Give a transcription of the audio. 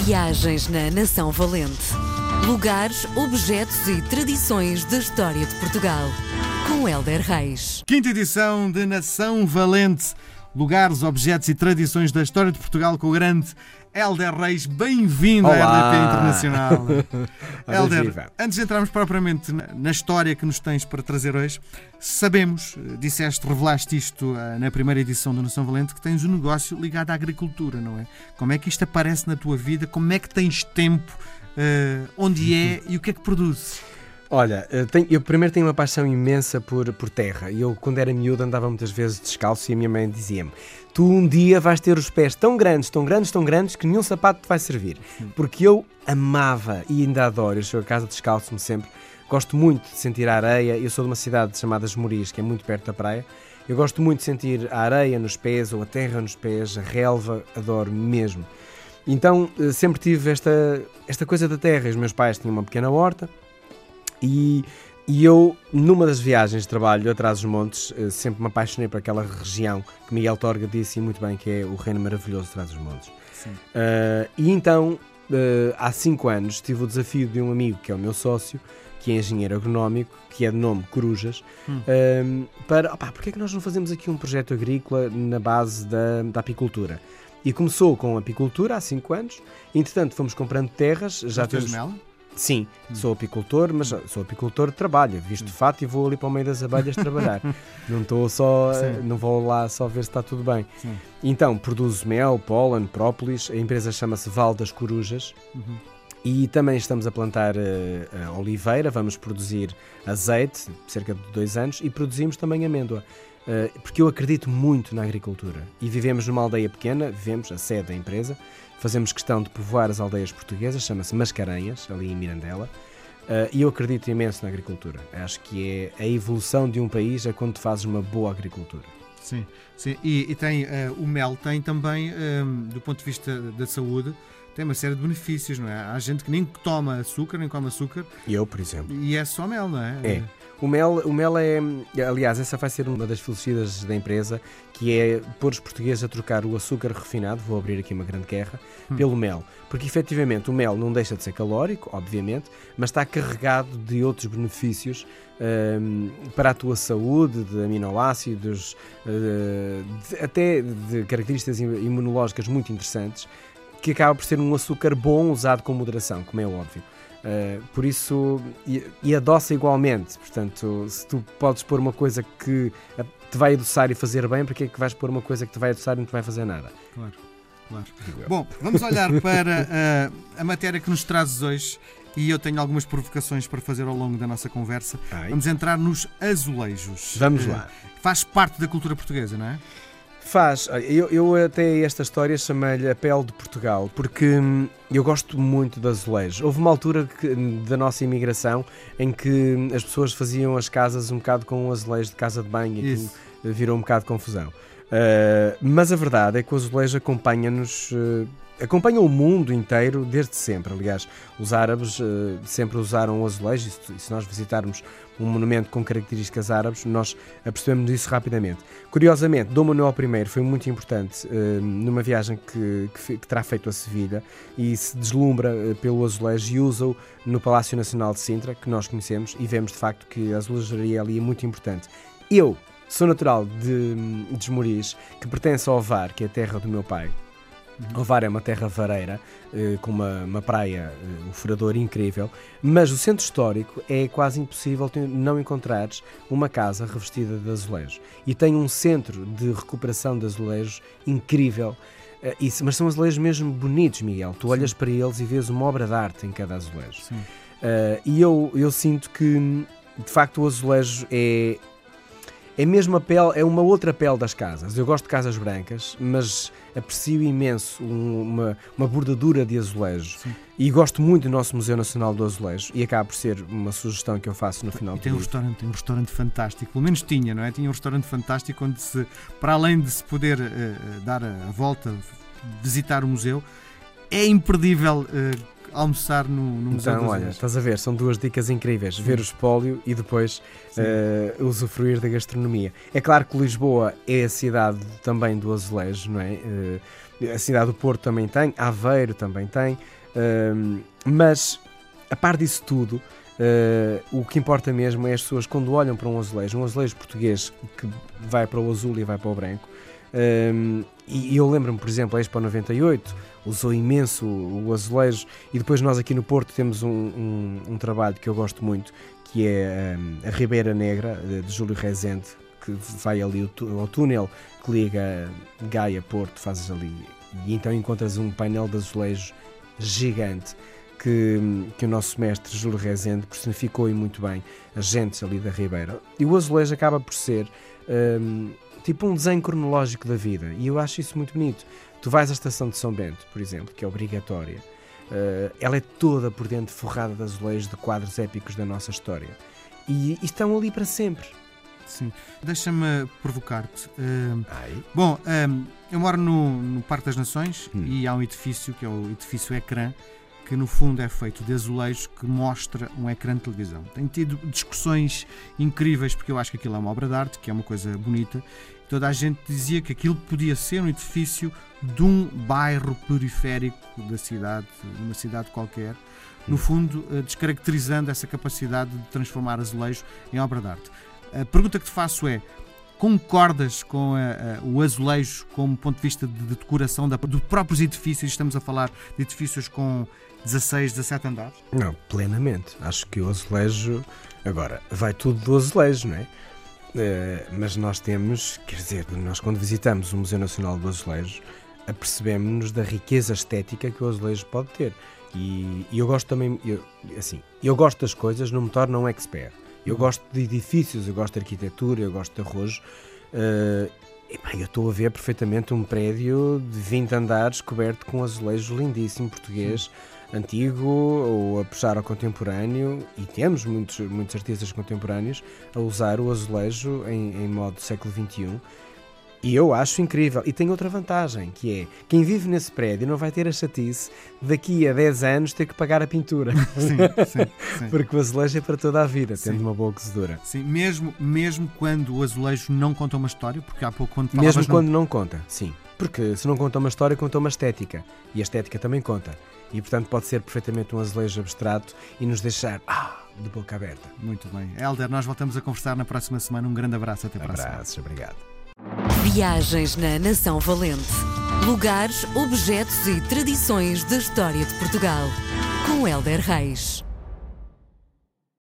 Viagens na Nação Valente. Lugares, objetos e tradições da história de Portugal. Com Hélder Reis. Quinta edição de Nação Valente. Lugares, objetos e tradições da história de Portugal com o grande Hélder Reis. Bem-vindo à RDP Internacional. Hélder, antes de entrarmos propriamente na história que nos tens para trazer hoje, sabemos, revelaste isto na primeira edição do Nação Valente, que tens um negócio ligado à agricultura, não é? Como é que isto aparece na tua vida? Como é que tens tempo? Onde é e o que é que produzes? Olha, eu primeiro tenho uma paixão imensa por terra. Eu, quando era miúdo, andava muitas vezes descalço e a minha mãe dizia-me: tu um dia vais ter os pés tão grandes, tão grandes, tão grandes que nenhum sapato te vai servir. Porque eu amava e ainda adoro, eu chego a casa descalço-me sempre. Gosto muito de sentir a areia. Eu sou de uma cidade chamada Esmoriz, que é muito perto da praia. Eu gosto muito de sentir a areia nos pés ou a terra nos pés, a relva, adoro mesmo. Então sempre tive esta coisa da terra. Os meus pais tinham uma pequena horta. E eu, numa das viagens de trabalho atrás dos montes, sempre me apaixonei por aquela região que Miguel Torga disse muito bem, que é o reino maravilhoso atrás dos montes. E então, há 5 anos, tive o desafio de um amigo que é o meu sócio, que é engenheiro agronómico, que é de nome Corujas, porque é que nós não fazemos aqui um projeto agrícola na base da apicultura? E começou com a apicultura há 5 anos, entretanto fomos comprando terras, já temos... Sim, sou apicultor, mas sou apicultor de trabalho, visto de fato e vou ali para o meio das abelhas trabalhar. Não vou lá só ver se está tudo bem. Sim. Então, produzo mel, pólen, própolis, a empresa chama-se Val das Corujas. E também estamos a plantar oliveira, vamos produzir azeite, cerca de 2 anos, e produzimos também amêndoa. Porque eu acredito muito na agricultura e vivemos numa aldeia pequena, vivemos a sede da empresa, fazemos questão de povoar as aldeias portuguesas, chama-se Mascarenhas, ali em Mirandela, e eu acredito imenso na agricultura. Acho que é a evolução de um país é quando tu fazes uma boa agricultura. Sim. E tem, o mel tem também, do ponto de vista da saúde, tem uma série de benefícios, não é? Há gente que nem toma açúcar, nem come açúcar. Eu, por exemplo. E é só mel, não é? É. O mel é... Aliás, essa vai ser uma das filosofias da empresa, que é pôr os portugueses a trocar o açúcar refinado, vou abrir aqui uma grande guerra, pelo mel. Porque, efetivamente, o mel não deixa de ser calórico, obviamente, mas está carregado de outros benefícios para a tua saúde, de aminoácidos, até de características imunológicas muito interessantes, que acaba por ser um açúcar bom usado com moderação, como é óbvio. Por isso, e adoça igualmente. Portanto, se tu podes pôr uma coisa que te vai adoçar e fazer bem, porque é que vais pôr uma coisa que te vai adoçar e não te vai fazer nada? Claro. Bom, vamos olhar para a matéria que nos trazes hoje, e eu tenho algumas provocações para fazer ao longo da nossa conversa. Vamos entrar nos azulejos. Vamos lá. Faz parte da cultura portuguesa, não é? Faz. Eu até esta história chamei-lhe a pele de Portugal, porque eu gosto muito de azulejos. Houve uma altura da nossa imigração em que as pessoas faziam as casas um bocado com um azulejo de casa de banho e aquilo virou um bocado de confusão. Mas a verdade é que o azulejo acompanha o mundo inteiro desde sempre. Aliás, os árabes sempre usaram o azulejo, e se nós visitarmos um monumento com características árabes, nós apercebemos disso rapidamente. Curiosamente, Dom Manuel I foi muito importante numa viagem que terá feito a Sevilha, e se deslumbra pelo azulejo e usa-o no Palácio Nacional de Sintra, que nós conhecemos, e vemos de facto que a azulejaria ali é muito importante. Eu sou natural de Esmoriz, que pertence ao Ovar, que é a terra do meu pai. Ovar é uma terra vareira, com uma praia, um furador incrível, mas o centro histórico é quase impossível não encontrares uma casa revestida de azulejos. E tem um centro de recuperação de azulejos incrível, mas são azulejos mesmo bonitos, Miguel. Tu olhas para eles e vês uma obra de arte em cada azulejo. E eu sinto que, de facto, o azulejo é mesmo a pele, é uma outra pele das casas. Eu gosto de casas brancas, mas aprecio imenso uma bordadura de azulejo. E gosto muito do nosso Museu Nacional do Azulejo, e acaba por ser uma sugestão que eu faço no final do livro. Tem um restaurante fantástico, pelo menos tinha, não é? Tinha um restaurante fantástico onde, para além de se poder dar a volta, visitar o museu, é imperdível almoçar no Museu Então, dos olha, Azulejos. estás a ver, são duas dicas incríveis. Ver o espólio e depois usufruir da gastronomia. É claro que Lisboa é a cidade também do azulejo, não é? A cidade do Porto também tem, Aveiro também tem, mas a par disso tudo, o que importa mesmo é as pessoas quando olham para um azulejo português que vai para o azul e vai para o branco. E eu lembro-me, por exemplo, a Expo 98 usou imenso o azulejo, e depois nós aqui no Porto temos um trabalho que eu gosto muito, que é a Ribeira Negra, de Júlio Rezende, que vai ali ao túnel que liga Gaia Porto, fazes ali, e então encontras um painel de azulejo gigante que o nosso mestre Júlio Rezende personificou e muito bem as gentes ali da Ribeira. E o azulejo acaba por ser tipo um desenho cronológico da vida, e eu acho isso muito bonito. Tu vais à estação de São Bento, por exemplo, que é obrigatória, ela é toda por dentro forrada de azulejos de quadros épicos da nossa história, e estão ali para sempre. Sim. Deixa-me provocar-te. Bom, eu moro no Parque das Nações e há um edifício, que é o edifício Ecrã, que no fundo é feito de azulejos, que mostra um ecrã de televisão. Tenho tido discussões incríveis, porque eu acho que aquilo é uma obra de arte, que é uma coisa bonita. Toda a gente dizia que aquilo podia ser um edifício de um bairro periférico da cidade, uma cidade qualquer, no fundo descaracterizando essa capacidade de transformar azulejo em obra de arte. A pergunta que te faço é: concordas com o azulejo como ponto de vista de decoração dos próprios edifícios? Estamos a falar de edifícios com 16, 17 andares? Não, plenamente. Acho que o azulejo, agora, vai tudo do azulejo, não é? Mas nós temos, quer dizer, nós quando visitamos o Museu Nacional do Azulejo, apercebemos-nos da riqueza estética que o azulejo pode ter. E eu gosto também, eu gosto das coisas, não me torno um expert. Eu gosto de edifícios, eu gosto de arquitetura, eu gosto de arrojo. Eu estou a ver perfeitamente um prédio de 20 andares coberto com azulejo lindíssimo português, antigo, ou a puxar ao contemporâneo, e temos muitos artistas contemporâneos a usar o azulejo em modo século XXI. E eu acho incrível. E tem outra vantagem, que é: quem vive nesse prédio não vai ter a chatice daqui a 10 anos ter que pagar a pintura. Sim. Porque o azulejo é para toda a vida, tendo uma boa cozedura. Sim, mesmo quando o azulejo não conta uma história, porque há pouco quando falavas... Mesmo quando não conta, sim. Porque se não conta uma história, conta uma estética. E a estética também conta. E portanto pode ser perfeitamente um azulejo abstrato e nos deixar de boca aberta. Muito bem. Hélder, nós voltamos a conversar na próxima semana. Um grande abraço, até para a semana. Abraços, obrigado. Viagens na Nação Valente. Lugares, objetos e tradições da história de Portugal. Com Hélder Reis.